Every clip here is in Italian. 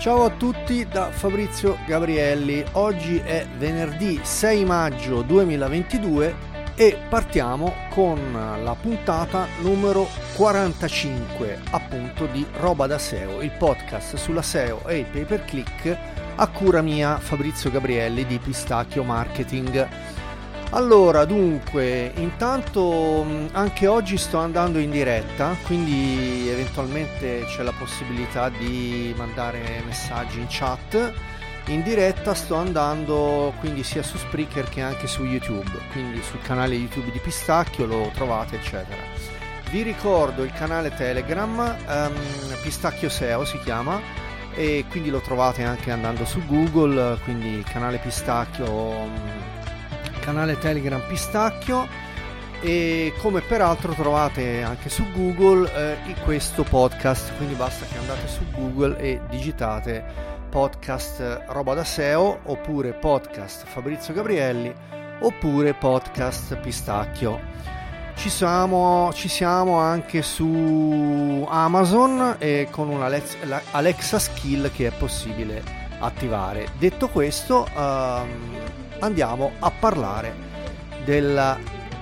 Ciao a tutti da Fabrizio Gabrielli. Oggi è venerdì 6 maggio 2022 e partiamo con la puntata numero 45 appunto di Roba da SEO, il podcast sulla SEO e il pay per click a cura mia, Fabrizio Gabrielli di Pistacchio Marketing. Allora, dunque, intanto anche oggi sto andando in diretta, quindi eventualmente c'è la possibilità di mandare messaggi in chat. In diretta sto andando quindi sia su Spreaker che anche su YouTube, quindi sul canale YouTube di Pistacchio lo trovate, eccetera. Vi ricordo il canale Telegram, Pistacchio SEO si chiama, e quindi lo trovate anche andando su Google, quindi canale Pistacchio, canale Telegram Pistacchio, e come peraltro trovate anche su Google questo podcast, quindi basta che andate su Google e digitate podcast Roba da SEO oppure podcast Fabrizio Gabrielli oppure podcast Pistacchio. Ci siamo anche su Amazon e con una Alexa skill che è possibile attivare. Detto questo, andiamo a parlare della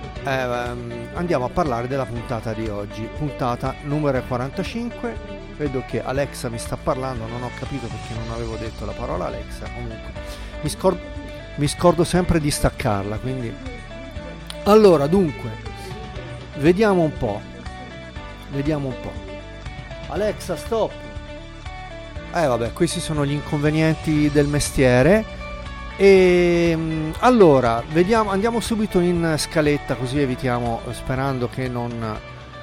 puntata di oggi, puntata numero 45. Vedo che Alexa mi sta parlando, non ho capito perché non avevo detto la parola Alexa. Comunque mi scordo sempre di staccarla, quindi allora, dunque, vediamo un po'. Alexa, stop. Vabbè, questi sono gli inconvenienti del mestiere. E allora andiamo subito in scaletta, così evitiamo, sperando che non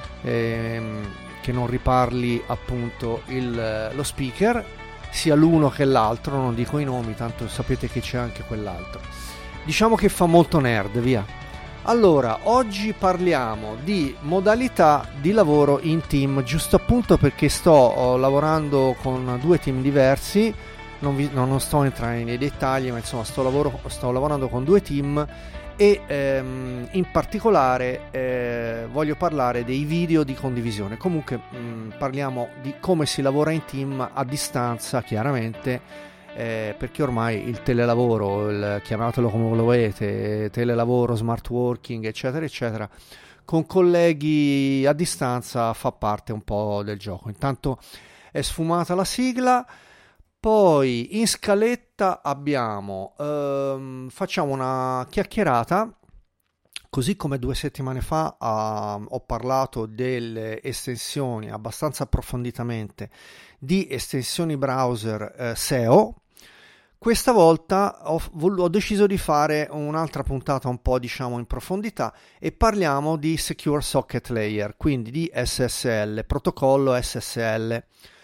riparli appunto lo speaker, sia l'uno che l'altro. Non dico i nomi, tanto sapete che c'è anche quell'altro. Diciamo che fa molto nerd, via. Allora, oggi parliamo di modalità di lavoro in team, giusto appunto perché sto lavorando con due team diversi. Non sto entrando nei dettagli, ma insomma sto lavorando con due team e in particolare voglio parlare dei video di condivisione. Comunque parliamo di come si lavora in team a distanza, chiaramente, perché ormai il telelavoro, chiamatelo come lo volete, telelavoro, smart working, eccetera eccetera, con colleghi a distanza fa parte un po' del gioco. Intanto è sfumata la sigla. Poi in scaletta abbiamo, facciamo una chiacchierata, così come 2 settimane fa ho parlato delle estensioni abbastanza approfonditamente di estensioni browser SEO. Questa volta ho deciso di fare un'altra puntata un po' in profondità e parliamo di Secure Socket Layer, quindi di SSL, protocollo SSL.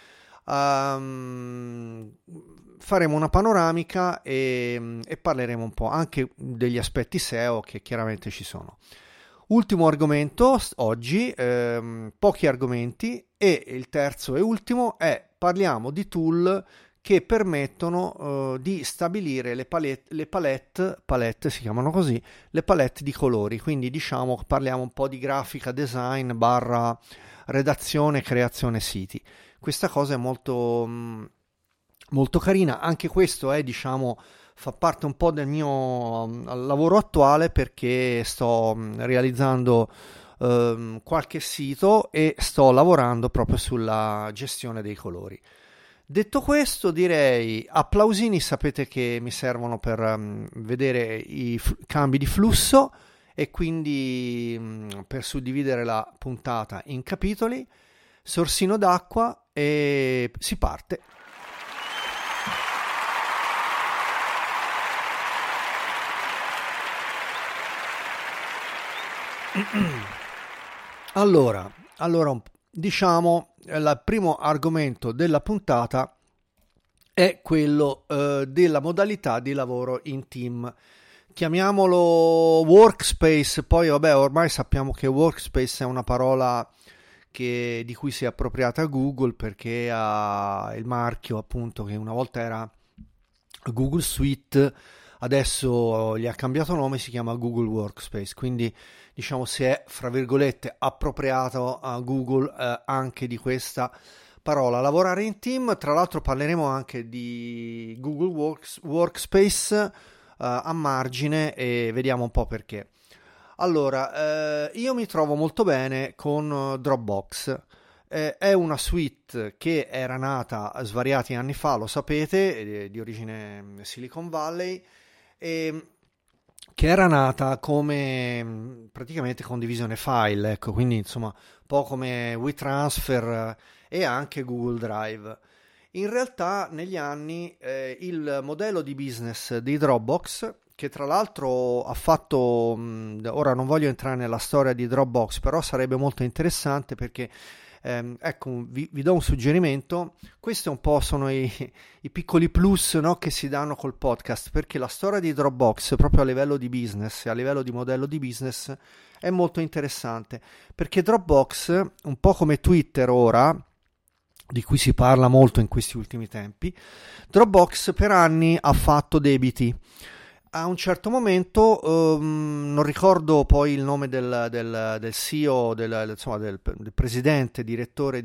Faremo una panoramica e parleremo un po' anche degli aspetti SEO che chiaramente ci sono. Ultimo argomento oggi, pochi argomenti, e il terzo e ultimo parliamo di tool che permettono di stabilire le palette si chiamano così, le palette di colori. Quindi parliamo un po' di grafica design / redazione, creazione siti. Questa cosa è molto molto carina. Anche questo fa parte un po' del mio lavoro attuale, perché sto realizzando qualche sito e sto lavorando proprio sulla gestione dei colori. Detto questo, direi applausini, sapete che mi servono per vedere i cambi di flusso e quindi per suddividere la puntata in capitoli. Sorsino d'acqua e si parte. Allora, il primo argomento della puntata è quello della modalità di lavoro in team. Chiamiamolo workspace, poi vabbè, ormai sappiamo che workspace è una parola di cui si è appropriata Google, perché ha il marchio appunto che una volta era Google Suite, adesso gli ha cambiato nome, si chiama Google Workspace, quindi si è fra virgolette appropriato a Google anche di questa parola, lavorare in team. Tra l'altro parleremo anche di Google Workspace a margine e vediamo un po' perché. Allora, io mi trovo molto bene con Dropbox. È una suite che era nata svariati anni fa, lo sapete, di origine Silicon Valley, e che era nata come praticamente condivisione file, ecco, quindi insomma un po' come WeTransfer e anche Google Drive. In realtà negli anni il modello di business di Dropbox, che tra l'altro ha fatto, ora non voglio entrare nella storia di Dropbox, però sarebbe molto interessante perché, ecco, vi do un suggerimento. Questi un po' sono i piccoli plus, no, che si danno col podcast, perché la storia di Dropbox, proprio a livello di business, a livello di modello di business, è molto interessante, perché Dropbox, un po' come Twitter ora, di cui si parla molto in questi ultimi tempi, Dropbox per anni ha fatto debiti. A un certo momento, non ricordo poi il nome del CEO, insomma, del presidente, direttore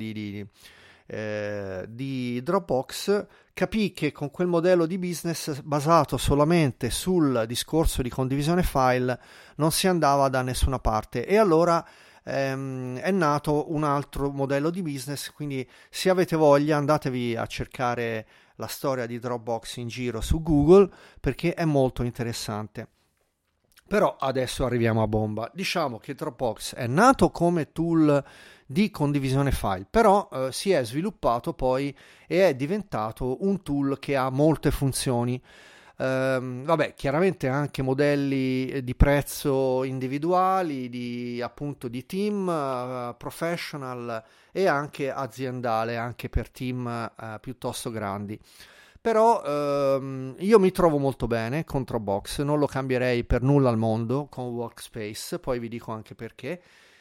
di Dropbox, capì che con quel modello di business basato solamente sul discorso di condivisione file non si andava da nessuna parte, e allora è nato un altro modello di business. Quindi se avete voglia andatevi a cercare la storia di Dropbox in giro su Google, perché è molto interessante. Però adesso arriviamo a bomba. Diciamo che Dropbox è nato come tool di condivisione file, però si è sviluppato poi e è diventato un tool che ha molte funzioni. Vabbè, chiaramente anche modelli di prezzo individuali, appunto di team, professional e anche aziendale, anche per team piuttosto grandi. Però io mi trovo molto bene con Dropbox, non lo cambierei per nulla al mondo con Workspace, poi vi dico anche perché.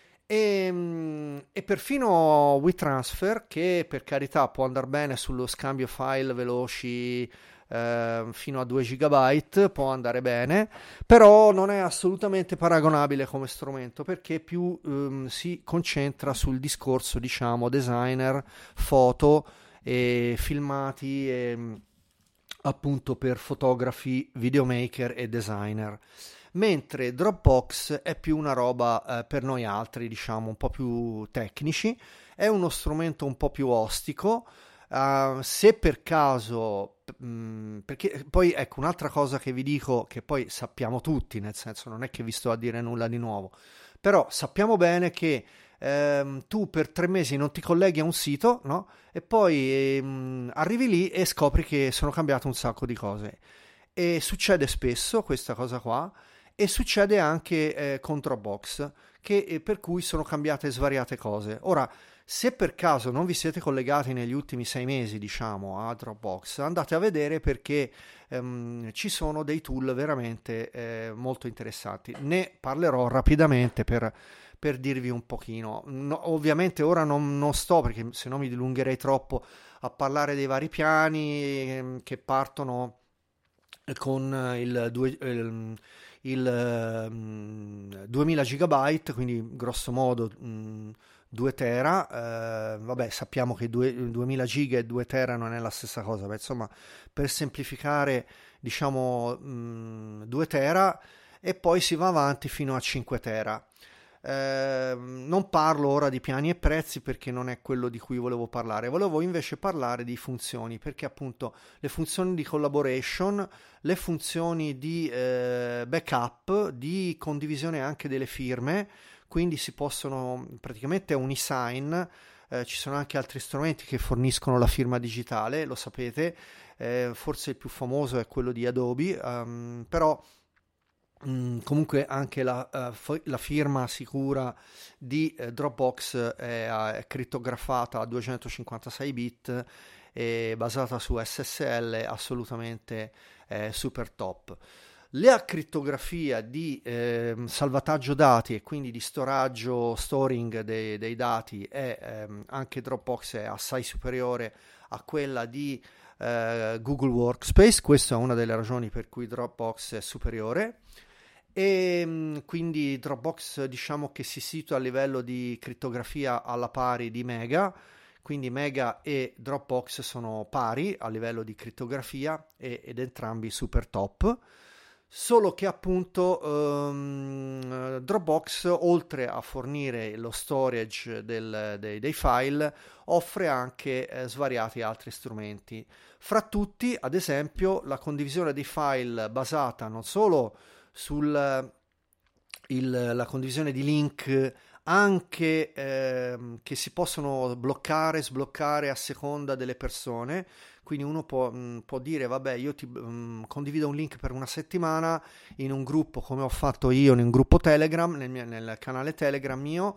E perfino WeTransfer, che per carità può andare bene sullo scambio file veloci fino a 2 GB, può andare bene, però non è assolutamente paragonabile come strumento, perché più si concentra sul discorso, diciamo, designer, foto e filmati, e appunto per fotografi, videomaker e designer. Mentre Dropbox è più una roba per noi altri, diciamo, un po' più tecnici, è uno strumento un po' più ostico. Se per caso, perché poi ecco un'altra cosa che vi dico, che poi sappiamo tutti, nel senso non è che vi sto a dire nulla di nuovo, però sappiamo bene che tu per 3 mesi non ti colleghi a un sito, no? E poi arrivi lì e scopri che sono cambiate un sacco di cose. E succede spesso questa cosa qua, e succede anche con Dropbox, che per cui sono cambiate svariate cose. Ora, se per caso non vi siete collegati negli ultimi 6 mesi, diciamo, a Dropbox, andate a vedere, perché ci sono dei tool veramente molto interessanti. Ne parlerò rapidamente per dirvi un pochino. No, ovviamente ora non sto, perché se no mi dilungherei troppo, a parlare dei vari piani che partono con il 2000 GB, quindi grosso modo 2 tera. Vabbè, sappiamo che 2000 giga e 2 tera non è la stessa cosa, ma insomma, per semplificare, diciamo 2 tera, e poi si va avanti fino a 5 tera. Non parlo ora di piani e prezzi, perché non è quello di cui volevo parlare. Volevo invece parlare di funzioni, perché appunto le funzioni di collaboration, le funzioni di backup, di condivisione anche delle firme, quindi si possono, praticamente è un e-sign. Ci sono anche altri strumenti che forniscono la firma digitale, lo sapete. Forse il più famoso è quello di Adobe, però comunque anche la firma sicura di Dropbox è crittografata a 256 bit e basata su SSL, assolutamente super top. La crittografia di salvataggio dati, e quindi di storing dei dati, anche Dropbox è assai superiore a quella di Google Workspace. Questa è una delle ragioni per cui Dropbox è superiore. E quindi Dropbox, diciamo che si situa a livello di crittografia alla pari di Mega, quindi Mega e Dropbox sono pari a livello di crittografia ed entrambi super top. Solo che appunto Dropbox, oltre a fornire lo storage dei file, offre anche svariati altri strumenti. Fra tutti, ad esempio, la condivisione dei file basata non solo sulla condivisione di link, anche che si possono bloccare, sbloccare a seconda delle persone. Quindi uno può dire, vabbè, io ti condivido un link per una settimana in un gruppo, come ho fatto io in un gruppo Telegram, nel canale Telegram mio,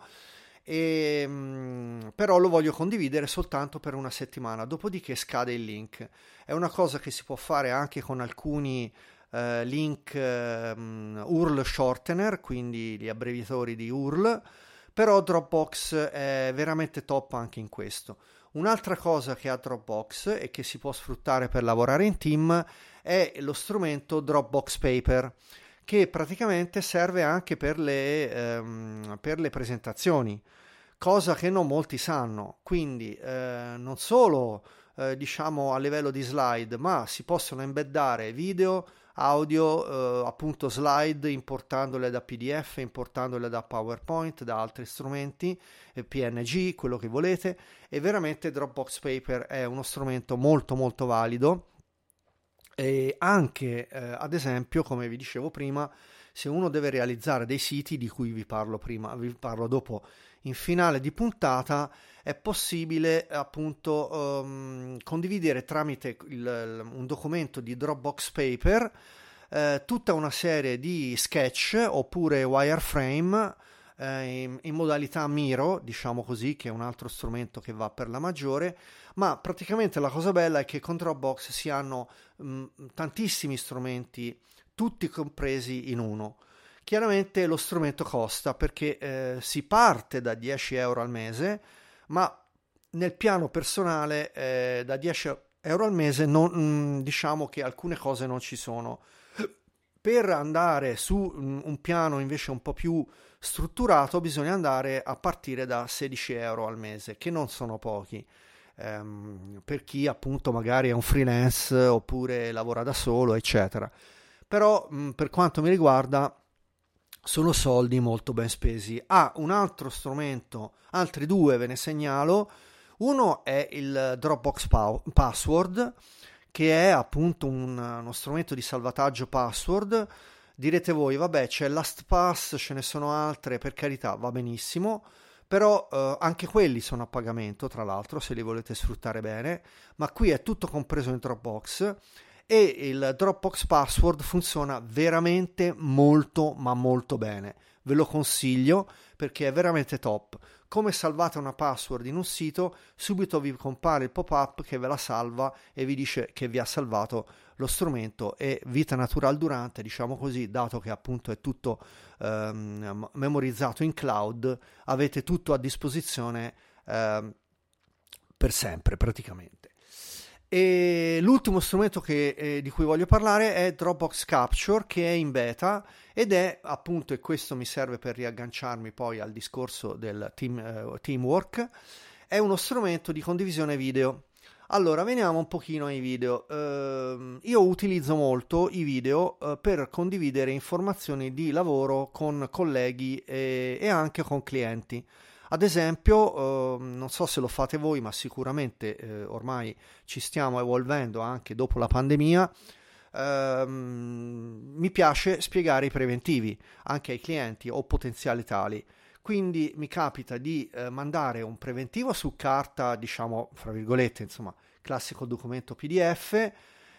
però lo voglio condividere soltanto per una settimana, dopodiché scade il link. È una cosa che si può fare anche con alcuni link URL shortener, quindi gli abbreviatori di URL, però Dropbox è veramente top anche in questo. Un'altra cosa che ha Dropbox e che si può sfruttare per lavorare in team è lo strumento Dropbox Paper, che praticamente serve anche per le presentazioni, cosa che non molti sanno. Quindi non solo diciamo a livello di slide, ma si possono embeddare video, audio, appunto slide, importandole da PDF, importandole da PowerPoint, da altri strumenti, PNG, quello che volete. E veramente Dropbox Paper è uno strumento molto molto valido. E anche ad esempio, come vi dicevo prima, se uno deve realizzare dei siti, di cui vi parlo dopo in finale di puntata, è possibile appunto condividere tramite un documento di Dropbox Paper tutta una serie di sketch oppure wireframe in modalità Miro, diciamo così, che è un altro strumento che va per la maggiore. Ma praticamente la cosa bella è che con Dropbox si hanno tantissimi strumenti, tutti compresi in uno. Chiaramente lo strumento costa, perché si parte da 10 euro al mese, ma nel piano personale da 10 euro al mese diciamo che alcune cose non ci sono. Per andare su un piano invece un po' più strutturato bisogna andare a partire da 16 euro al mese, che non sono pochi, per chi appunto magari è un freelance oppure lavora da solo, eccetera. Però per quanto mi riguarda sono soldi molto ben spesi. Un altro strumento, altri due ve ne segnalo. Uno è il Dropbox Password, che è appunto uno strumento di salvataggio password. Direte voi, vabbè, c'è LastPass, ce ne sono altre, per carità, va benissimo, però anche quelli sono a pagamento, tra l'altro, se li volete sfruttare bene, ma qui è tutto compreso in Dropbox. E il Dropbox Password funziona veramente molto ma molto bene, ve lo consiglio perché è veramente top. Come salvate una password in un sito, subito vi compare il pop-up che ve la salva e vi dice che vi ha salvato lo strumento. E vita natural durante, diciamo così, dato che appunto è tutto memorizzato in cloud, avete tutto a disposizione per sempre praticamente. E l'ultimo strumento di cui voglio parlare è Dropbox Capture, che è in beta ed è appunto, e questo mi serve per riagganciarmi poi al discorso del teamwork, è uno strumento di condivisione video. Allora, veniamo un pochino ai video. Io utilizzo molto i video per condividere informazioni di lavoro con colleghi e anche con clienti. Ad esempio, non so se lo fate voi, ma sicuramente ormai ci stiamo evolvendo anche dopo la pandemia. Mi piace spiegare i preventivi anche ai clienti o potenziali tali. Quindi mi capita di mandare un preventivo su carta, diciamo, fra virgolette, insomma, classico documento PDF.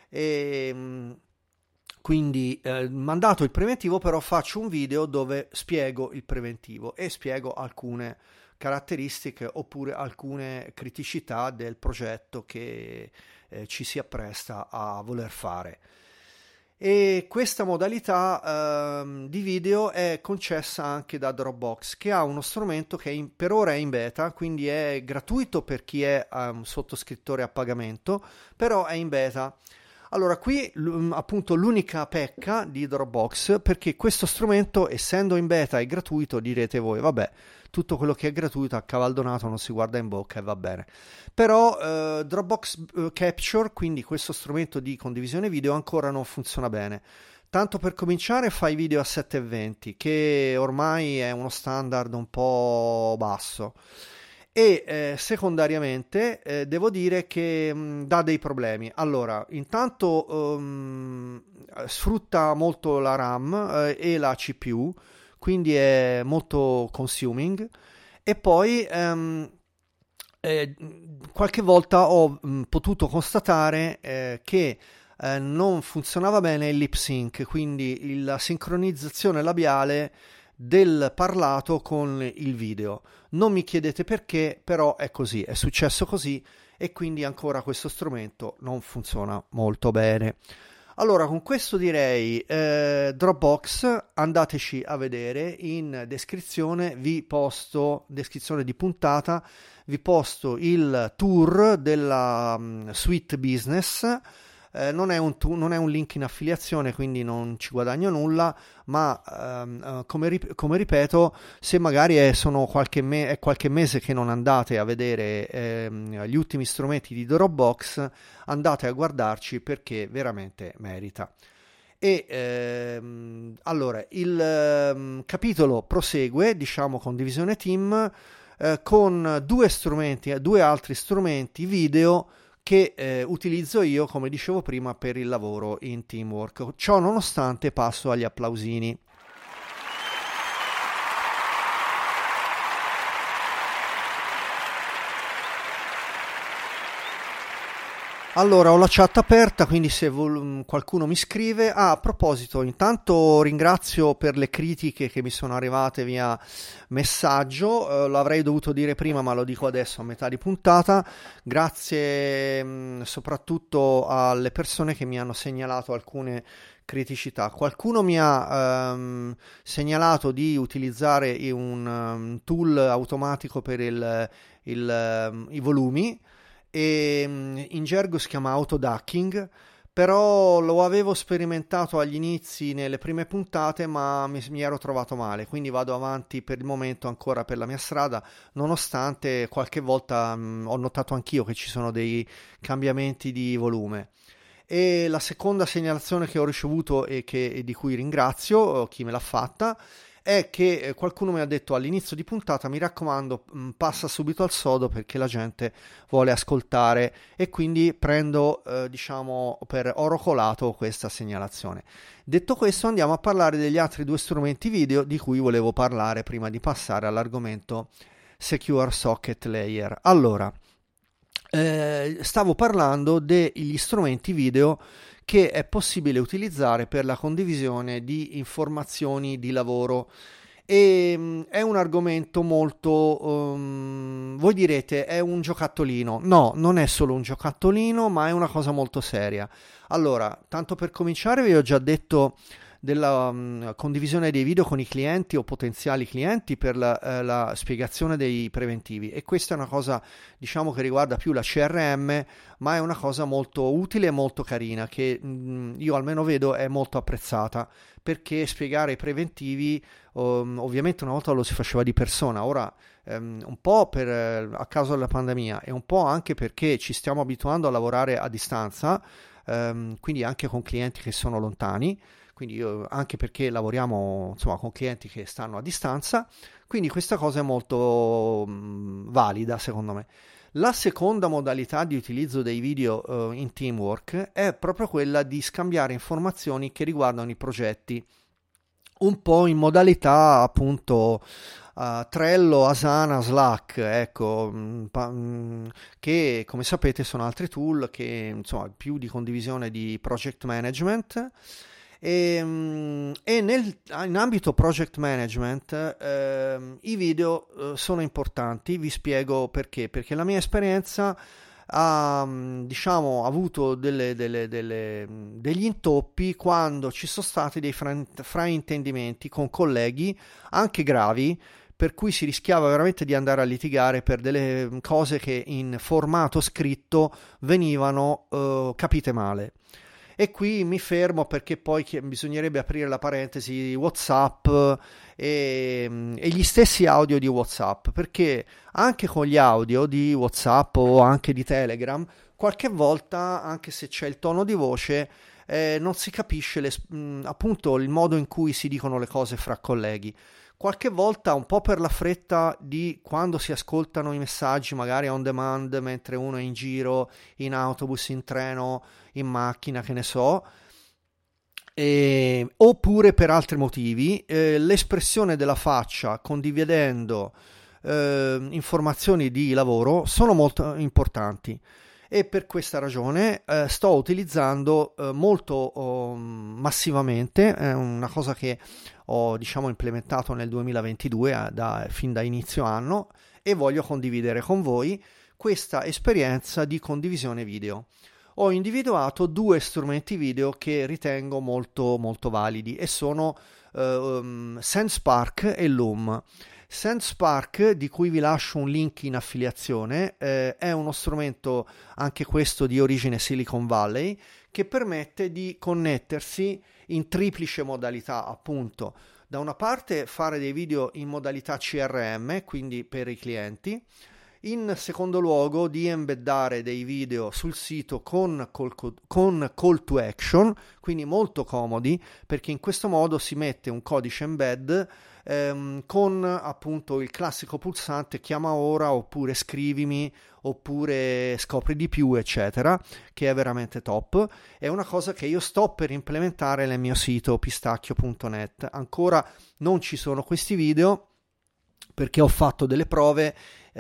Quindi mandato il preventivo, però faccio un video dove spiego il preventivo e spiego alcune caratteristiche oppure alcune criticità del progetto che ci si appresta a voler fare. E questa modalità di video è concessa anche da Dropbox, che ha uno strumento che per ora è in beta, quindi è gratuito per chi è un sottoscrittore a pagamento, però è in beta. Allora, qui appunto l'unica pecca di Dropbox, perché questo strumento, essendo in beta e gratuito, direte voi, vabbè, tutto quello che è gratuito a cavaldonato non si guarda in bocca e va bene. Però Dropbox Capture, quindi questo strumento di condivisione video, ancora non funziona bene. Tanto per cominciare fa i video a 720, che ormai è uno standard un po' basso. E secondariamente devo dire che dà dei problemi. Allora, intanto sfrutta molto la RAM e la CPU, quindi è molto consuming. E poi qualche volta ho potuto constatare che non funzionava bene il lip sync, quindi la sincronizzazione labiale del parlato con il video. Non mi chiedete perché, però è così, è successo così e quindi ancora questo strumento non funziona molto bene. Allora, con questo direi Dropbox, andateci a vedere in descrizione, vi posto, descrizione di puntata, vi posto il tour della suite business. Non è un link in affiliazione, quindi non ci guadagno nulla, ma come ripeto, se magari è qualche mese che non andate a vedere gli ultimi strumenti di Dropbox, andate a guardarci perché veramente merita. E allora il capitolo prosegue, diciamo, con Divisione Team, con due altri strumenti video che utilizzo io, come dicevo prima, per il lavoro in teamwork. Ciò nonostante passo agli applausini. Allora, ho la chat aperta, quindi se qualcuno mi scrive. A proposito, intanto ringrazio per le critiche che mi sono arrivate via messaggio, l'avrei dovuto dire prima, ma lo dico adesso a metà di puntata. Grazie soprattutto alle persone che mi hanno segnalato alcune criticità. Qualcuno mi ha segnalato di utilizzare un tool automatico per i volumi, e in gergo si chiama autoducking, però lo avevo sperimentato agli inizi nelle prime puntate, ma mi ero trovato male, quindi vado avanti per il momento ancora per la mia strada, nonostante qualche volta ho notato anch'io che ci sono dei cambiamenti di volume. E la seconda segnalazione che ho ricevuto e di cui ringrazio chi me l'ha fatta è che qualcuno mi ha detto all'inizio di puntata: mi raccomando, passa subito al sodo perché la gente vuole ascoltare, e quindi prendo diciamo per oro colato questa segnalazione. Detto questo, andiamo a parlare degli altri due strumenti video di cui volevo parlare prima di passare all'argomento Secure Socket Layer. Allora, stavo parlando degli strumenti video che è possibile utilizzare per la condivisione di informazioni di lavoro, e è un argomento molto voi direte è un giocattolino. No, non è solo un giocattolino, ma è una cosa molto seria. Allora, tanto per cominciare, vi ho già detto della condivisione dei video con i clienti o potenziali clienti per la spiegazione dei preventivi, e questa è una cosa, diciamo, che riguarda più la CRM, ma è una cosa molto utile e molto carina che io almeno vedo è molto apprezzata, perché spiegare i preventivi ovviamente una volta lo si faceva di persona, ora un po' a causa della pandemia e un po' anche perché ci stiamo abituando a lavorare a distanza, quindi anche con clienti che sono lontani, quindi anche perché lavoriamo insomma con clienti che stanno a distanza, quindi questa cosa è molto valida secondo me. La seconda modalità di utilizzo dei video in teamwork è proprio quella di scambiare informazioni che riguardano i progetti, un po' in modalità appunto Trello, Asana, Slack, ecco, che come sapete sono altri tool che insomma più di condivisione di project management. In ambito project management i video sono importanti. Vi spiego perché la mia esperienza ha diciamo avuto degli intoppi quando ci sono stati dei fraintendimenti con colleghi anche gravi, per cui si rischiava veramente di andare a litigare per delle cose che in formato scritto venivano capite male. E qui mi fermo perché poi bisognerebbe aprire la parentesi WhatsApp e gli stessi audio di WhatsApp, perché anche con gli audio di WhatsApp o anche di Telegram, qualche volta, anche se c'è il tono di voce, non si capisce appunto il modo in cui si dicono le cose fra colleghi. Qualche volta, un po' per la fretta di quando si ascoltano i messaggi, magari on demand, mentre uno è in giro, in autobus, in treno, in macchina, che ne so, oppure per altri motivi, l'espressione della faccia condividendo informazioni di lavoro sono molto importanti. E per questa ragione sto utilizzando molto massivamente, è una cosa che ho implementato nel 2022 fin da inizio anno, e voglio condividere con voi questa esperienza di condivisione video. Ho individuato 2 strumenti video che ritengo molto molto validi, e sono SendSpark e Loom. SendSpark, di cui vi lascio un link in affiliazione, è uno strumento anche questo di origine Silicon Valley, che permette di connettersi in triplice modalità, appunto. Da una parte fare dei video in modalità CRM, quindi per i clienti. In secondo luogo di embeddare dei video sul sito con call to action, quindi molto comodi, perché in questo modo si mette un codice embed con appunto il classico pulsante chiama ora, oppure scrivimi, oppure scopri di più, eccetera, che è veramente top. È una cosa che io sto per implementare nel mio sito pistacchio.net. Ancora non ci sono questi video perché ho fatto delle prove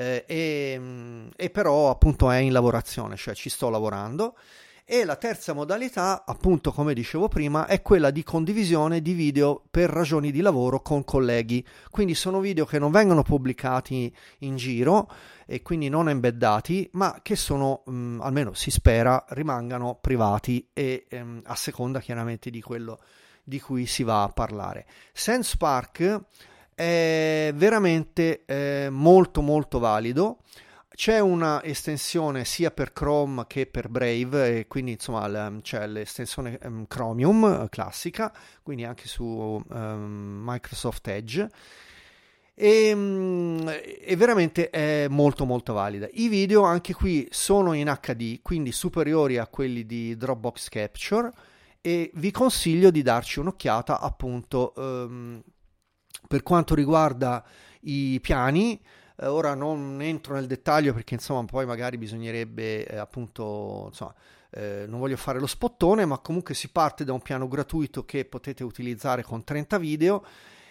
e però appunto è in lavorazione, cioè ci sto lavorando. E la terza modalità, appunto, come dicevo prima, è quella di condivisione di video per ragioni di lavoro con colleghi. Quindi sono video che non vengono pubblicati in giro e quindi non embeddati, ma che sono, almeno si spera, rimangano privati e a seconda chiaramente di quello di cui si va a parlare. SendSpark è veramente molto molto valido. C'è una estensione sia per Chrome che per Brave, e quindi insomma c'è l'estensione Chromium classica, quindi anche su Microsoft Edge, e veramente è molto molto valida. I video anche qui sono in HD, quindi superiori a quelli di Dropbox Capture, e vi consiglio di darci un'occhiata appunto per quanto riguarda i piani. Ora non entro nel dettaglio perché insomma poi magari bisognerebbe appunto insomma, non voglio fare lo spottone, ma comunque si parte da un piano gratuito che potete utilizzare con 30 video,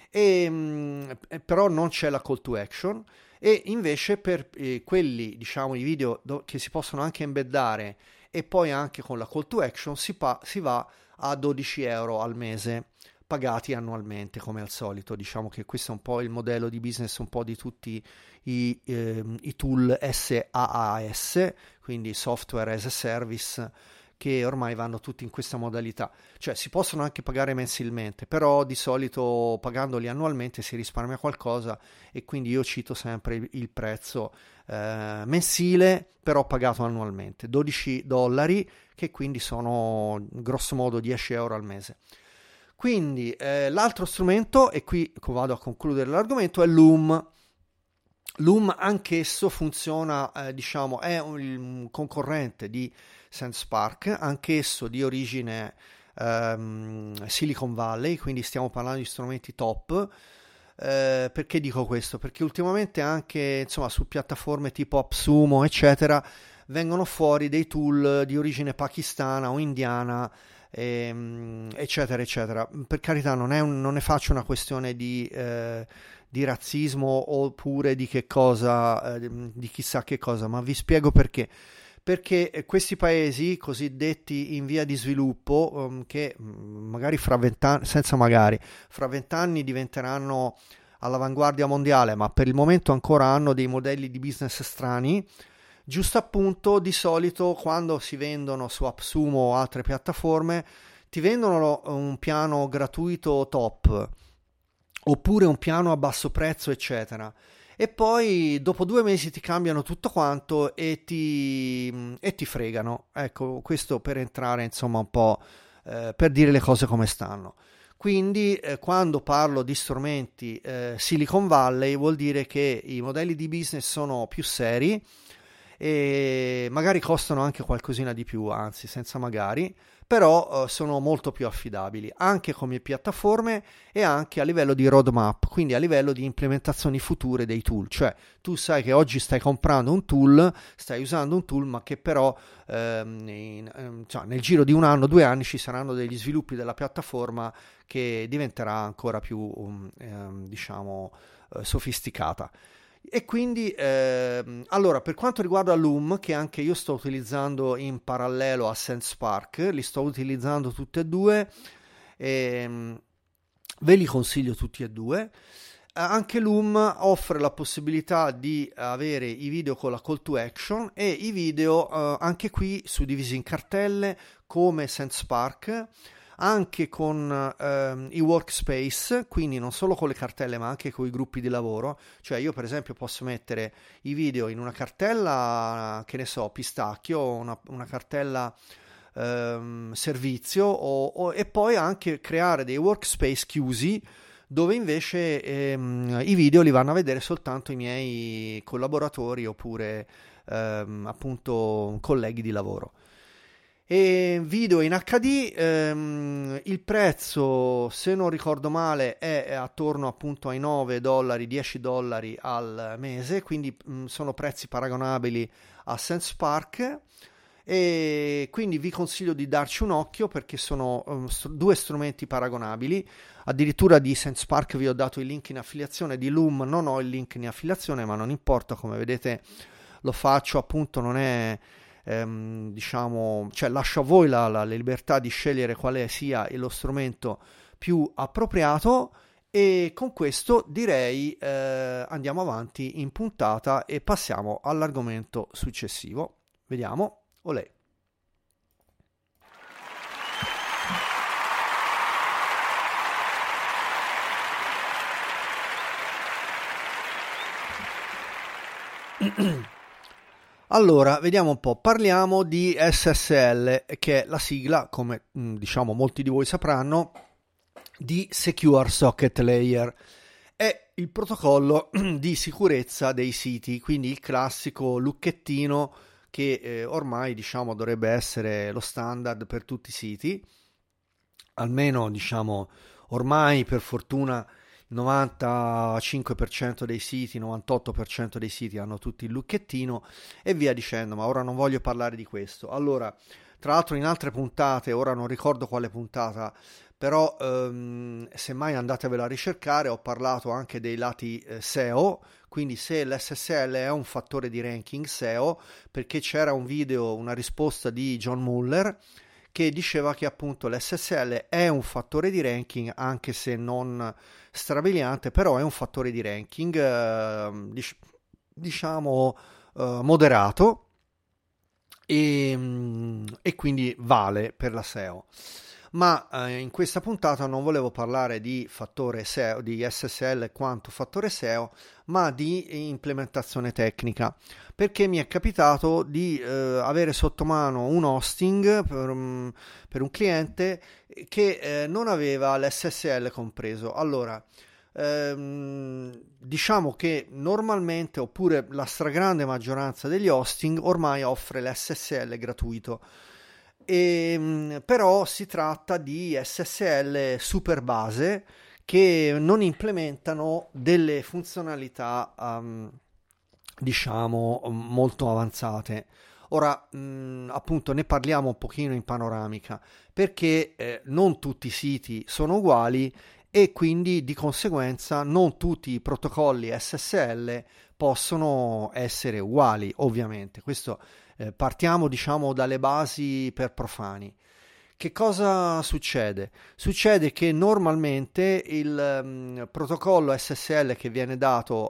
però non c'è la call to action, e invece per quelli, diciamo, i video che si possono anche embeddare e poi anche con la call to action si va a 12 euro al mese, pagati annualmente come al solito. Diciamo che questo è un po' il modello di business un po' di tutti i tool SaaS, quindi software as a service, che ormai vanno tutti in questa modalità. Cioè si possono anche pagare mensilmente, però di solito pagandoli annualmente si risparmia qualcosa, e quindi io cito sempre il prezzo mensile però pagato annualmente, $12, che quindi sono grosso modo 10 euro al mese. Quindi l'altro strumento, e qui vado a concludere l'argomento, è Loom. Loom anch'esso funziona, diciamo, è un concorrente di SendSpark, anch'esso di origine Silicon Valley, quindi stiamo parlando di strumenti top. Perché dico questo? Perché ultimamente anche insomma su piattaforme tipo AppSumo eccetera vengono fuori dei tool di origine pakistana o indiana, eccetera eccetera. Per carità, non ne faccio una questione di razzismo oppure di che cosa, di chissà che cosa, ma vi spiego perché. Perché questi paesi cosiddetti in via di sviluppo, che magari fra 20 anni, fra 20 anni diventeranno all'avanguardia mondiale, ma per il momento ancora hanno dei modelli di business strani, giusto appunto di solito quando si vendono su AppSumo o altre piattaforme ti vendono un piano gratuito top oppure un piano a basso prezzo eccetera, e poi dopo 2 mesi ti cambiano tutto quanto e ti fregano. Ecco, questo per entrare insomma un po' per dire le cose come stanno. Quindi quando parlo di strumenti Silicon Valley vuol dire che i modelli di business sono più seri e magari costano anche qualcosina di più, anzi senza magari, però sono molto più affidabili anche come piattaforme e anche a livello di roadmap, quindi a livello di implementazioni future dei tool. Cioè tu sai che oggi stai comprando un tool, stai usando un tool, ma che però cioè, nel giro di 1 anno, 2 anni ci saranno degli sviluppi della piattaforma che diventerà ancora più diciamo sofisticata. E quindi allora, per quanto riguarda Loom, che anche io sto utilizzando in parallelo a SenseSpark, li sto utilizzando tutti e due, ve li consiglio tutti e due. Anche Loom offre la possibilità di avere i video con la call to action e i video anche qui suddivisi in cartelle come SenseSpark, anche con i workspace, quindi non solo con le cartelle ma anche con i gruppi di lavoro. Cioè io per esempio posso mettere i video in una cartella, che ne so, pistacchio, una cartella servizio e poi anche creare dei workspace chiusi dove invece i video li vanno a vedere soltanto i miei collaboratori oppure appunto colleghi di lavoro. E video in HD, il prezzo, se non ricordo male, è attorno appunto ai $9, $10 al mese, quindi sono prezzi paragonabili a SenseSpark, e quindi vi consiglio di darci un occhio perché sono due strumenti paragonabili. Addirittura di SenseSpark vi ho dato il link in affiliazione, di Loom non ho il link in affiliazione, ma non importa, come vedete lo faccio, appunto non è diciamo, cioè lascio a voi la libertà di scegliere quale sia lo strumento più appropriato. E con questo direi andiamo avanti in puntata e passiamo all'argomento successivo. Vediamo. Olè. Allora, vediamo un po', parliamo di SSL, che è la sigla, come diciamo molti di voi sapranno, di Secure Socket Layer. È il protocollo di sicurezza dei siti, quindi il classico lucchettino che ormai diciamo dovrebbe essere lo standard per tutti i siti, almeno diciamo ormai per fortuna il 95% dei siti, 98% dei siti hanno tutti il lucchettino e via dicendo, ma ora non voglio parlare di questo. Allora, tra l'altro in altre puntate, ora non ricordo quale puntata, però se mai andatevela a ricercare, ho parlato anche dei lati SEO, quindi se l'SSL è un fattore di ranking SEO, perché c'era un video, una risposta di John Muller che diceva che appunto l'SSL è un fattore di ranking, anche se non strabiliante, però è un fattore di ranking diciamo moderato e quindi vale per la SEO. Ma in questa puntata non volevo parlare di fattore SEO, di SSL quanto fattore SEO, ma di implementazione tecnica, perché mi è capitato di avere sotto mano un hosting per un cliente che non aveva l'SSL compreso. Allora, diciamo che normalmente, oppure la stragrande maggioranza degli hosting ormai offre l'SSL gratuito. Però si tratta di SSL super base che non implementano delle funzionalità diciamo molto avanzate. Ora appunto ne parliamo un pochino in panoramica, perché non tutti i siti sono uguali e quindi di conseguenza non tutti i protocolli SSL possono essere uguali, ovviamente. Questo partiamo diciamo dalle basi per profani. Che cosa succede? Succede che normalmente il protocollo SSL che viene dato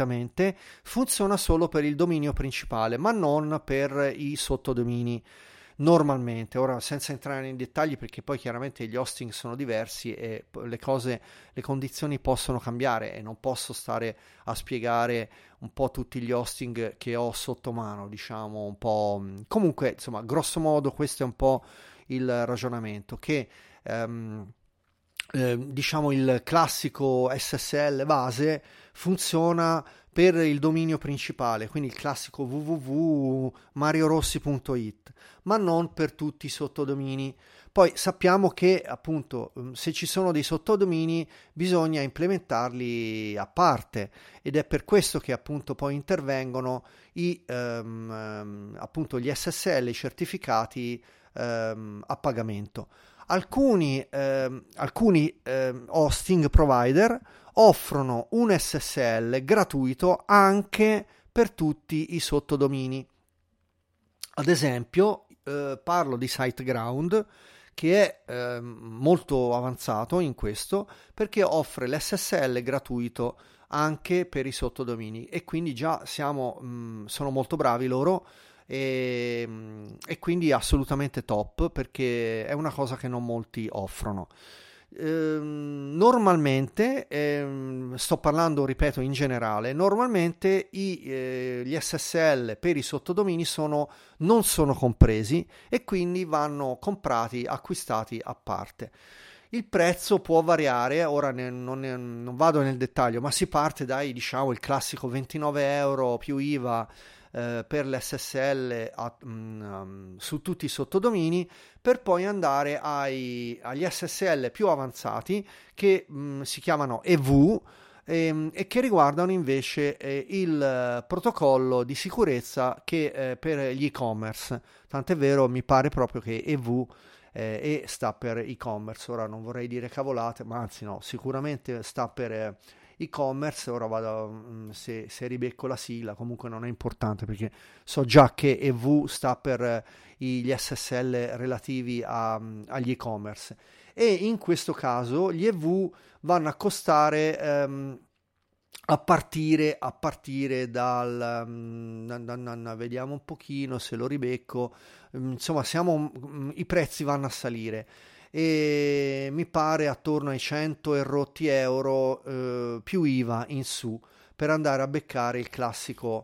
gratuitamente funziona solo per il dominio principale, ma non per i sottodomini. normalmente, ora senza entrare nei dettagli perché poi chiaramente gli hosting sono diversi e le condizioni possono cambiare e non posso stare a spiegare un po' tutti gli hosting che ho sotto mano, diciamo un po'. Comunque, insomma, grosso modo questo è un po' il ragionamento che diciamo il classico SSL base funziona per il dominio principale, quindi il classico www.mariorossi.it, ma non per tutti i sottodomini. Poi sappiamo che appunto se ci sono dei sottodomini bisogna implementarli a parte ed è per questo che appunto poi intervengono appunto gli SSL, i certificati a pagamento. Alcuni hosting provider offrono un SSL gratuito anche per tutti i sottodomini. Ad esempio, parlo di SiteGround, che è molto avanzato in questo perché offre l'SSL gratuito anche per i sottodomini e quindi già sono molto bravi loro e quindi assolutamente top perché è una cosa che non molti offrono. Normalmente, sto parlando, ripeto, in generale, normalmente gli SSL per i sottodomini non sono compresi e quindi vanno comprati, acquistati a parte. Il prezzo può variare, ora non vado nel dettaglio, ma si parte dai, diciamo, il classico 29 euro più IVA per l'SSL su tutti i sottodomini, per poi andare agli SSL più avanzati che si chiamano EV e che riguardano invece il protocollo di sicurezza che per gli e-commerce. Tant'è vero, mi pare proprio che EV e sta per e-commerce, ora non vorrei dire cavolate, ma anzi no, sicuramente sta per e-commerce. Ora vado, se ribecco la sigla, comunque non è importante perché so già che EV sta per gli SSL relativi agli e-commerce e in questo caso gli EV vanno a costare a partire dal vediamo un pochino se lo ribecco, insomma i prezzi vanno a salire e mi pare attorno ai 100 e rotti euro più IVA in su per andare a beccare il classico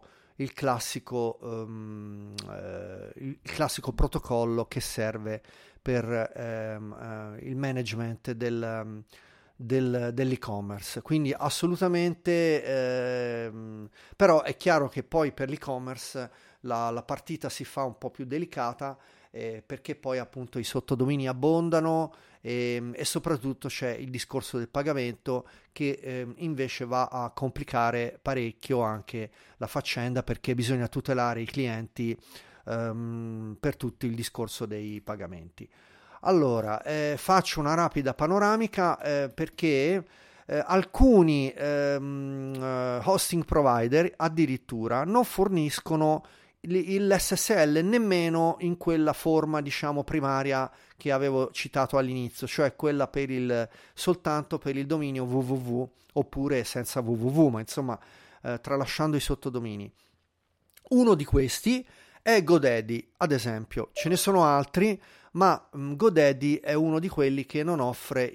protocollo che serve per il management dell'e-commerce. Quindi assolutamente però è chiaro che poi per l'e-commerce la partita si fa un po' più delicata perché poi appunto i sottodomini abbondano e soprattutto c'è il discorso del pagamento che invece va a complicare parecchio anche la faccenda perché bisogna tutelare i clienti per tutto il discorso dei pagamenti. Allora, faccio una rapida panoramica perché alcuni hosting provider addirittura non forniscono l'SSL nemmeno in quella forma, diciamo, primaria che avevo citato all'inizio, cioè quella soltanto per il dominio www oppure senza www, ma insomma tralasciando i sottodomini. Uno di questi è GoDaddy, ad esempio. Ce ne sono altri, ma GoDaddy è uno di quelli che non offre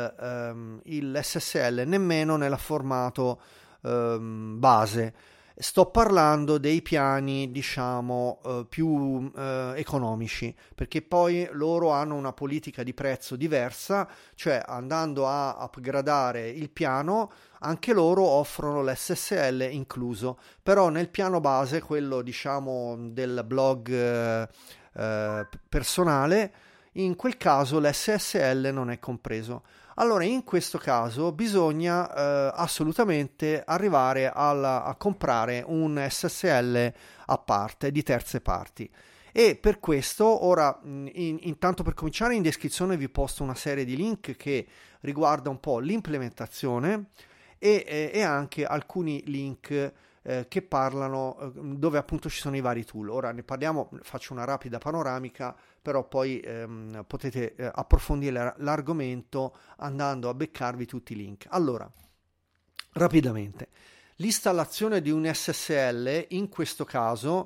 l'SSL nemmeno nel formato base. Sto parlando dei piani, diciamo, più economici, perché poi loro hanno una politica di prezzo diversa, cioè andando a upgradare il piano, anche loro offrono l'SSL incluso, però nel piano base, quello diciamo del blog personale, in quel caso l'SSL non è compreso. Allora in questo caso bisogna assolutamente arrivare a comprare un SSL a parte di terze parti e per questo ora intanto per cominciare in descrizione vi posto una serie di link che riguarda un po' l'implementazione e anche alcuni link che parlano dove appunto ci sono i vari tool. Ora ne parliamo, faccio una rapida panoramica, però poi potete approfondire l'argomento andando a beccarvi tutti i link. Allora, rapidamente, l'installazione di un SSL in questo caso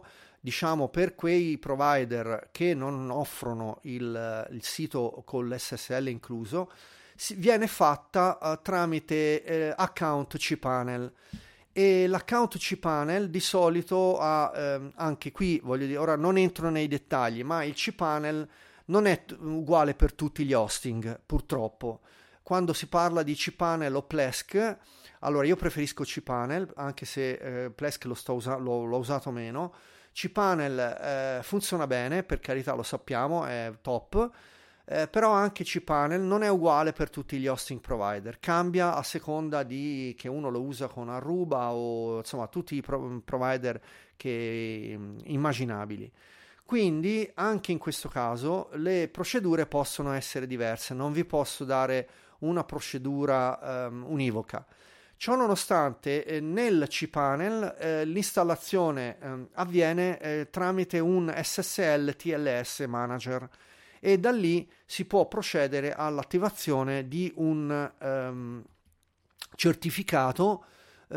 diciamo per quei provider che non offrono il sito con l'SSL incluso, viene fatta tramite account cPanel. E l'account cPanel di solito ha, anche qui voglio dire, ora non entro nei dettagli, ma il cPanel non è uguale per tutti gli hosting, purtroppo. Quando si parla di cPanel o Plesk, allora io preferisco cPanel, anche se Plesk l'ho usato meno. cPanel funziona bene, per carità, lo sappiamo, è top. Però anche cPanel non è uguale per tutti gli hosting provider, cambia a seconda di che uno lo usa con Aruba o insomma tutti i provider immaginabili. Quindi anche in questo caso le procedure possono essere diverse, non vi posso dare una procedura univoca. Ciò nonostante, nel cPanel l'installazione avviene tramite un SSL TLS Manager, e da lì si può procedere all'attivazione di un certificato, di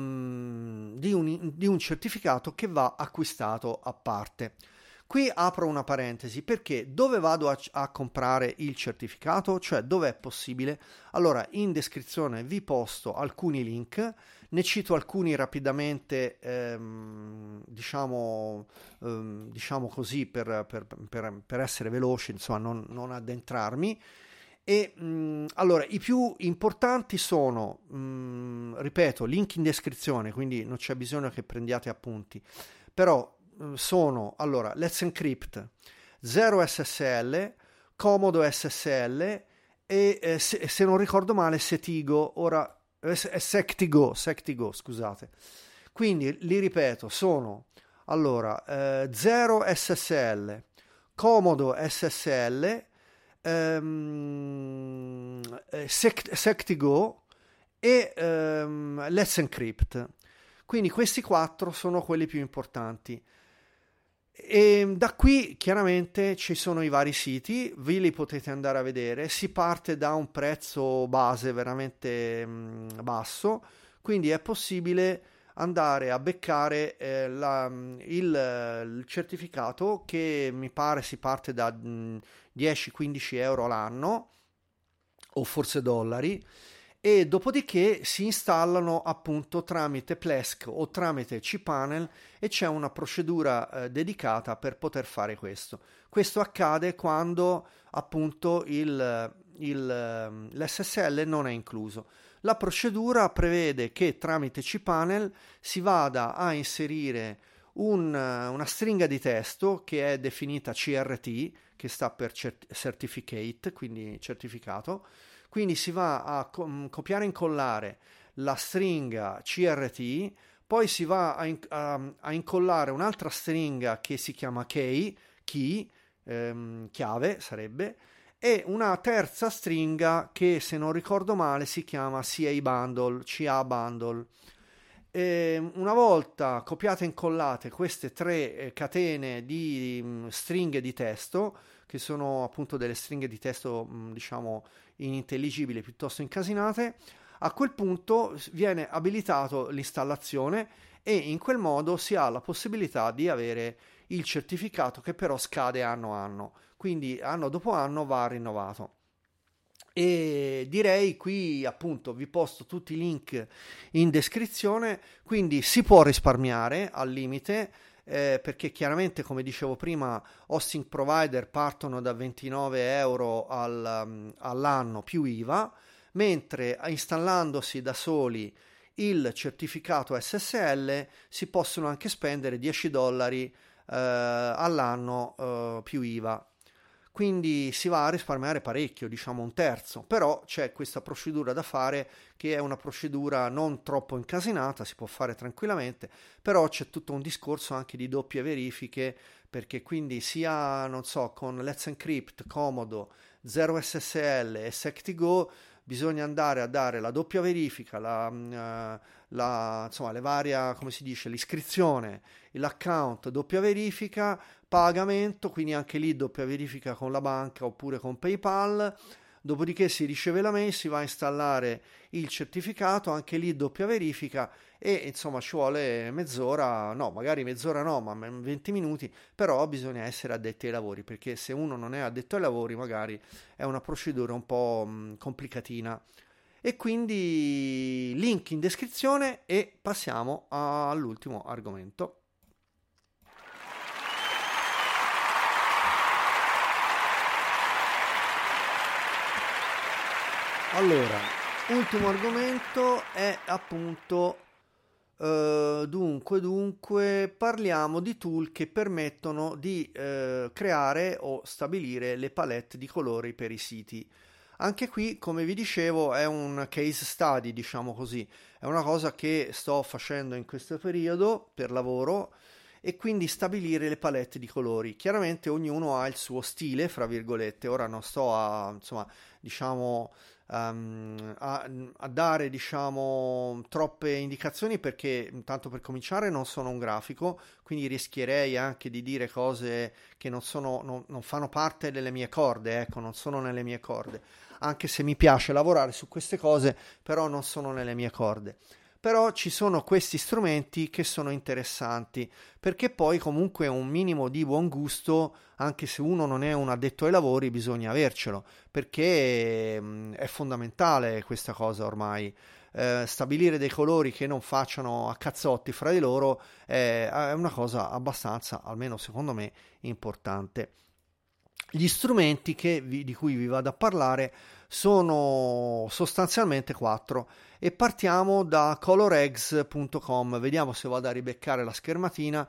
un certificato che va acquistato a parte. Qui apro una parentesi, perché dove vado a comprare il certificato, cioè dove è possibile? Allora, in descrizione vi posto alcuni link, ne cito alcuni rapidamente, diciamo così per essere veloce, insomma non addentrarmi. E allora i più importanti sono, ripeto, link in descrizione, quindi non c'è bisogno che prendiate appunti, però sono allora Let's Encrypt, Zero SSL, Comodo SSL e se non ricordo male Sectigo, ora Sectigo, scusate. Quindi li ripeto, sono allora Zero SSL, Comodo SSL, Sectigo e Let's Encrypt. Quindi questi 4 sono quelli più importanti. E da qui chiaramente ci sono i vari siti, vi li potete andare a vedere. Si parte da un prezzo base veramente basso, quindi è possibile andare a beccare il certificato, che mi pare si parte da 10-15 euro l'anno o forse dollari, e dopodiché si installano appunto tramite Plesk o tramite cPanel, e c'è una procedura dedicata per poter fare questo. Questo accade quando appunto l'SSL non è incluso. La procedura prevede che tramite cPanel si vada a inserire una stringa di testo che è definita CRT, che sta per Certificate, quindi certificato. Quindi si va a copiare e incollare la stringa CRT, poi si va a incollare un'altra stringa che si chiama key, chiave sarebbe, e una terza stringa che, se non ricordo male, si chiama CA bundle. Una volta copiate e incollate queste 3 catene di stringhe di testo, che sono appunto delle stringhe di testo diciamo inintelligibili, piuttosto incasinate, a quel punto viene abilitato l'installazione, e in quel modo si ha la possibilità di avere il certificato, che però scade anno, quindi anno dopo anno va rinnovato. E direi, qui appunto vi posto tutti i link in descrizione, quindi si può risparmiare al limite, perché chiaramente, come dicevo prima, hosting provider partono da 29 euro all'anno più IVA, mentre installandosi da soli il certificato SSL si possono anche spendere $10 all'anno più IVA. Quindi si va a risparmiare parecchio, diciamo un terzo, però c'è questa procedura da fare, che è una procedura non troppo incasinata, si può fare tranquillamente, però c'è tutto un discorso anche di doppie verifiche, perché quindi sia, non so, con Let's Encrypt, Comodo, Zero SSL e Sectigo bisogna andare a dare la doppia verifica, insomma, le varie, come si dice, l'iscrizione, l'account, doppia verifica, pagamento, quindi anche lì doppia verifica con la banca oppure con PayPal, dopodiché si riceve la mail, si va a installare il certificato, anche lì doppia verifica e insomma ci vuole mezz'ora, no, magari mezz'ora no, ma 20 minuti, però bisogna essere addetti ai lavori, perché se uno non è addetto ai lavori magari è una procedura un po' complicatina. E quindi link in descrizione e passiamo all'ultimo argomento. Allora, ultimo argomento è appunto dunque parliamo di tool che permettono di creare o stabilire le palette di colori per i siti. Anche qui, come vi dicevo, è un case study, diciamo così, è una cosa che sto facendo in questo periodo per lavoro e quindi stabilire le palette di colori. Chiaramente ognuno ha il suo stile, fra virgolette. Ora non sto a, insomma, diciamo, a dare, diciamo, troppe indicazioni perché, tanto per cominciare, non sono un grafico, quindi rischierei anche di dire cose che non fanno parte delle mie corde, ecco, non sono nelle mie corde. Anche se mi piace lavorare su queste cose, però non sono nelle mie corde. Però ci sono questi strumenti che sono interessanti perché poi comunque un minimo di buon gusto, anche se uno non è un addetto ai lavori, bisogna avercelo perché è fondamentale questa cosa ormai. Stabilire dei colori che non facciano a cazzotti fra di loro è una cosa abbastanza, almeno secondo me, importante. Gli strumenti di cui vi vado a parlare sono sostanzialmente 4 e partiamo da coloreggs.com. Vediamo se vado a ribeccare la schermatina.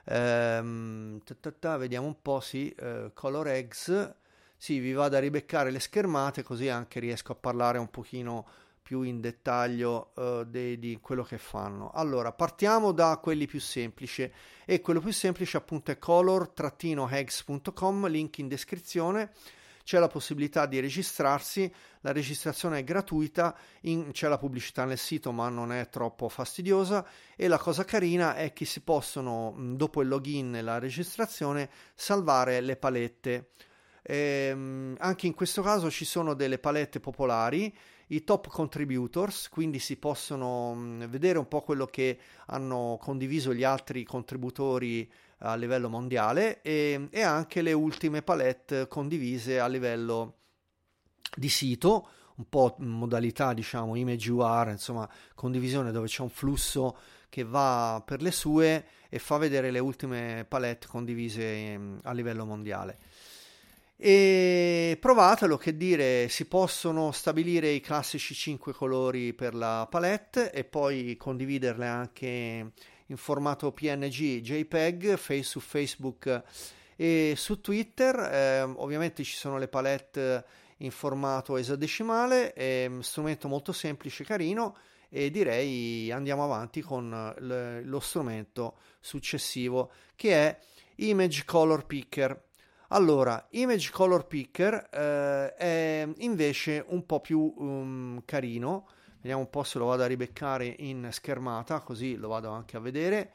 Vediamo un po', sì, Coloreggs. Sì, vi vado a ribeccare le schermate così anche riesco a parlare un pochino più in dettaglio di quello che fanno. Allora, partiamo da quelli più semplici e quello più semplice appunto è color-eggs.com, link in descrizione. C'è la possibilità di registrarsi, la registrazione è gratuita, c'è la pubblicità nel sito ma non è troppo fastidiosa e la cosa carina è che si possono, dopo il login e la registrazione, salvare le palette. Anche in questo caso ci sono delle palette popolari, i top contributors, quindi si possono vedere un po' quello che hanno condiviso gli altri contributori a livello mondiale e anche le ultime palette condivise a livello di sito, un po' in modalità diciamo image UR, insomma condivisione dove c'è un flusso che va per le sue e fa vedere le ultime palette condivise a livello mondiale. E provatelo, che dire, si possono stabilire i classici 5 colori per la palette e poi condividerle anche in formato PNG, JPEG, su Facebook e su Twitter. Ovviamente ci sono le palette in formato esadecimale, è un strumento molto semplice, carino e direi andiamo avanti con lo strumento successivo che è Image Color Picker. Allora, Image Color Picker è invece un po' più carino. Vediamo un po' se lo vado a ribeccare in schermata, così lo vado anche a vedere.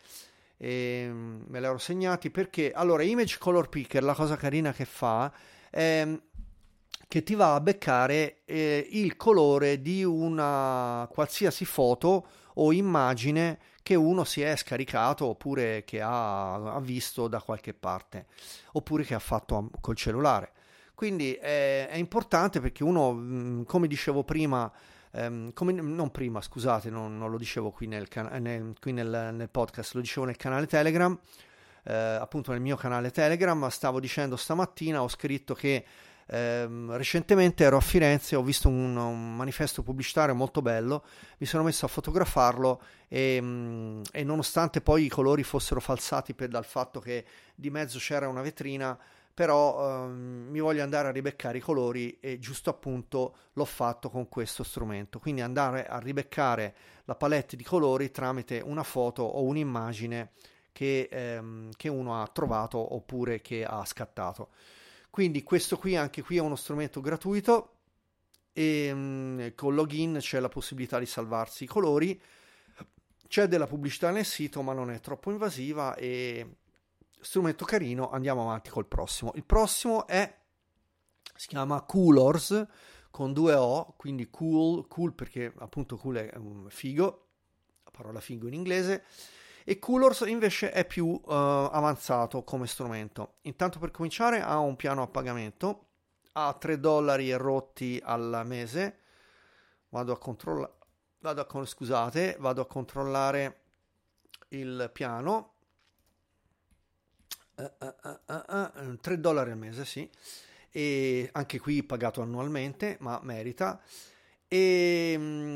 Me l'ero segnati perché, allora, Image Color Picker, la cosa carina che fa è che ti va a beccare il colore di una qualsiasi foto o immagine che uno si è scaricato oppure che ha visto da qualche parte oppure che ha fatto col cellulare. Quindi è importante perché uno, come dicevo prima, non prima, scusate, non lo dicevo qui nel podcast, lo dicevo nel canale Telegram, appunto nel mio canale Telegram, stavo dicendo stamattina, ho scritto che recentemente ero a Firenze, ho visto un manifesto pubblicitario molto bello, mi sono messo a fotografarlo e nonostante poi i colori fossero falsati dal fatto che di mezzo c'era una vetrina, però mi voglio andare a ribeccare i colori e giusto appunto l'ho fatto con questo strumento, quindi andare a ribeccare la palette di colori tramite una foto o un'immagine che uno ha trovato oppure che ha scattato. Quindi questo qui, anche qui, è uno strumento gratuito e con login c'è la possibilità di salvarsi i colori, c'è della pubblicità nel sito ma non è troppo invasiva e strumento carino. Andiamo avanti col prossimo. Il prossimo si chiama Coolors, con due O, quindi cool perché appunto cool è figo, la parola figo in inglese, e Colors invece è più avanzato come strumento. Intanto per cominciare ha un piano a pagamento a $3 e rotti al mese. Vado a controllare il piano. $3 al mese, sì, e anche qui pagato annualmente, ma merita. E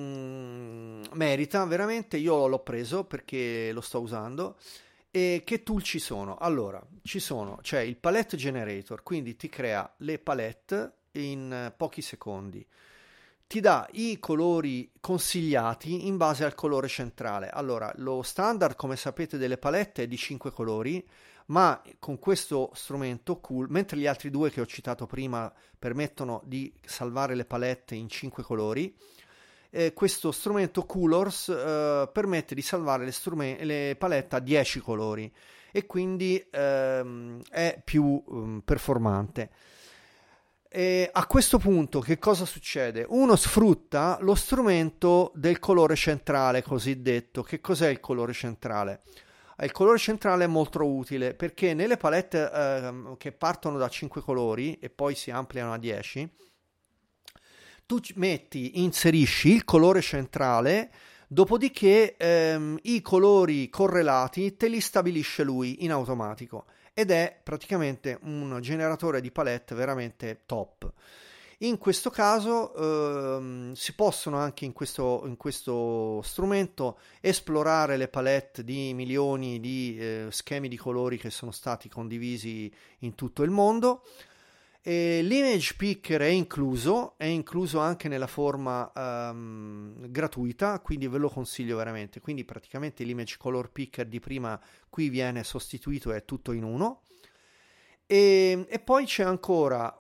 merita veramente. Io l'ho preso perché lo sto usando. E che tool ci sono? Allora, c'è il palette generator, quindi ti crea le palette in pochi secondi, ti dà i colori consigliati in base al colore centrale. Allora, lo standard, come sapete, delle palette è di 5 colori, ma con questo strumento cool, mentre gli altri due che ho citato prima permettono di salvare le palette in 5 colori, questo strumento Colors permette di salvare le palette a 10 colori e quindi è più performante. E a questo punto che cosa succede? Uno sfrutta lo strumento del colore centrale cosiddetto. Che cos'è il colore centrale? Il colore centrale è molto utile perché nelle palette che partono da 5 colori e poi si ampliano a 10, tu inserisci il colore centrale, dopodiché i colori correlati te li stabilisce lui in automatico ed è praticamente un generatore di palette veramente top. In questo caso si possono anche in questo strumento esplorare le palette di milioni di schemi di colori che sono stati condivisi in tutto il mondo. L'image picker è incluso anche nella forma gratuita, quindi ve lo consiglio veramente. Quindi praticamente l'image color picker di prima qui viene sostituito, è tutto in uno. E poi c'è ancora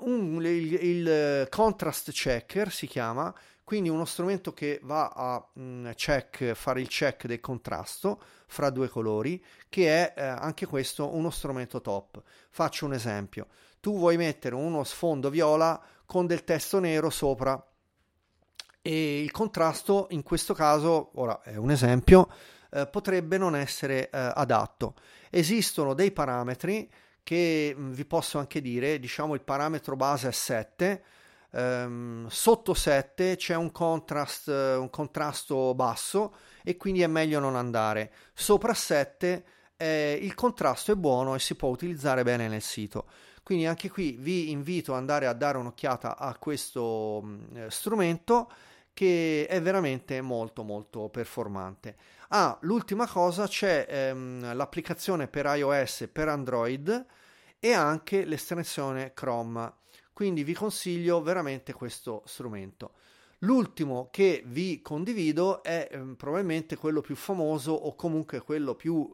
il contrast checker, si chiama, quindi uno strumento che va a fare il check del contrasto fra due colori, che è anche questo uno strumento top. Faccio un esempio: tu vuoi mettere uno sfondo viola con del testo nero sopra e il contrasto in questo caso, ora è un esempio, potrebbe non essere adatto. Esistono dei parametri che vi posso anche dire. Diciamo il parametro base è 7, sotto 7 c'è un contrasto basso e quindi è meglio non andare. Sopra 7 il contrasto è buono e si può utilizzare bene nel sito. Quindi anche qui vi invito ad andare a dare un'occhiata a questo strumento, che è veramente molto molto performante. L'ultima cosa, c'è l'applicazione per iOS e per Android e anche l'estensione Chrome, quindi vi consiglio veramente questo strumento. L'ultimo che vi condivido è probabilmente quello più famoso o comunque quello più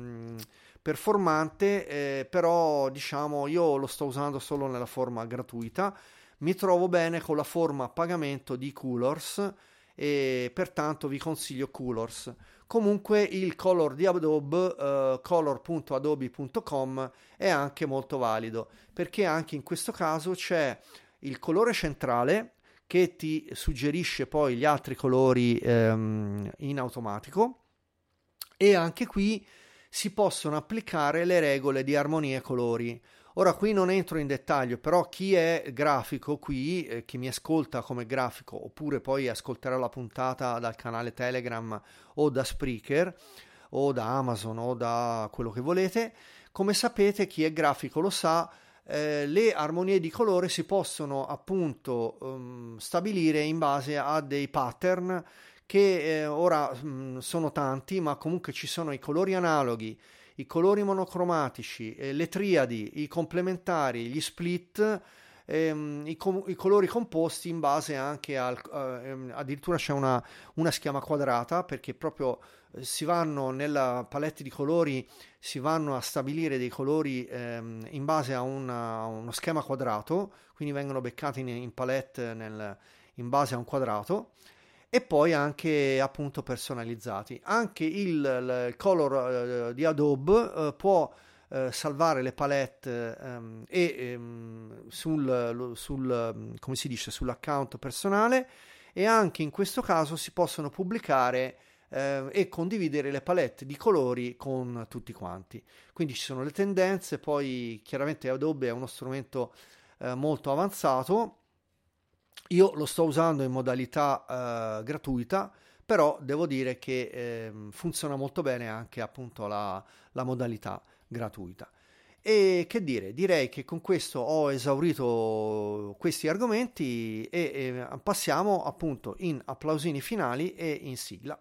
performante, però diciamo io lo sto usando solo nella forma gratuita. Mi trovo bene con la forma a pagamento di Colors e pertanto vi consiglio Colors. Comunque il color di Adobe, color.adobe.com, è anche molto valido, perché anche in questo caso c'è il colore centrale che ti suggerisce poi gli altri colori in automatico, e anche qui si possono applicare le regole di armonia e colori. Ora qui non entro in dettaglio, però chi è grafico qui, chi mi ascolta come grafico, oppure poi ascolterà la puntata dal canale Telegram o da Spreaker o da Amazon o da quello che volete, come sapete, chi è grafico lo sa, le armonie di colore si possono appunto stabilire in base a dei pattern che ora sono tanti, ma comunque ci sono i colori analoghi, i colori monocromatici, le triadi, i complementari, gli split, i colori composti in base anche addirittura c'è una schema quadrata, perché proprio si vanno nella palette di colori, si vanno a stabilire dei colori in base a uno schema quadrato, quindi vengono beccati in palette in base a un quadrato. E poi anche appunto personalizzati. Anche il color di Adobe può salvare le palette come si dice, sull'account personale, e anche in questo caso si possono pubblicare e condividere le palette di colori con tutti quanti. Quindi ci sono le tendenze, poi chiaramente Adobe è uno strumento molto avanzato. Io lo sto usando in modalità gratuita, però devo dire che funziona molto bene anche appunto la modalità gratuita. E che dire, direi che con questo ho esaurito questi argomenti e passiamo appunto in applausini finali e in sigla.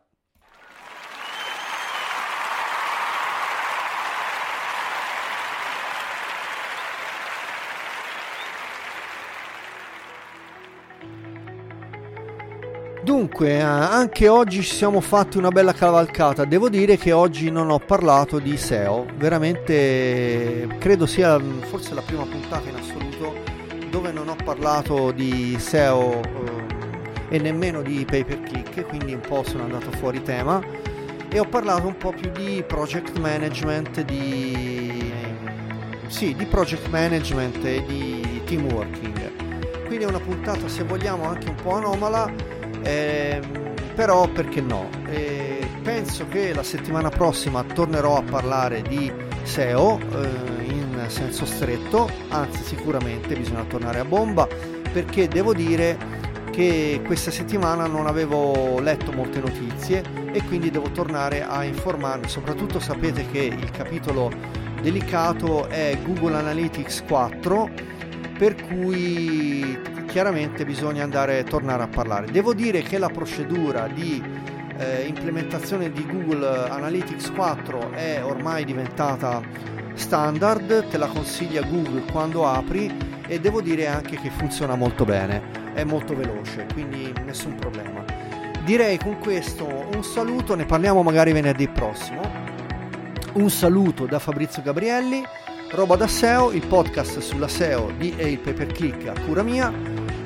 Dunque, anche oggi ci siamo fatti una bella cavalcata. Devo dire che oggi non ho parlato di SEO, veramente credo sia forse la prima puntata in assoluto dove non ho parlato di SEO e nemmeno di pay per click, quindi un po' sono andato fuori tema e ho parlato un po' più di project management, di project management e di team working. Quindi è una puntata, se vogliamo, anche un po' anomala. Però perché no? Penso che la settimana prossima tornerò a parlare di SEO in senso stretto, anzi sicuramente bisogna tornare a bomba, perché devo dire che questa settimana non avevo letto molte notizie e quindi devo tornare a informarmi. Soprattutto sapete che il capitolo delicato è Google Analytics 4, per cui chiaramente bisogna tornare a parlare. Devo dire che la procedura di implementazione di Google Analytics 4 è ormai diventata standard, te la consiglia Google quando apri, e devo dire anche che funziona molto bene, è molto veloce, quindi nessun problema. Direi con questo un saluto, ne parliamo magari venerdì prossimo. Un saluto da Fabrizio Gabrielli, Roba da SEO, il podcast sulla SEO di il pay per click a cura mia,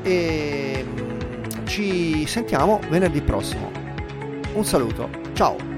e ci sentiamo venerdì prossimo. Un saluto, ciao!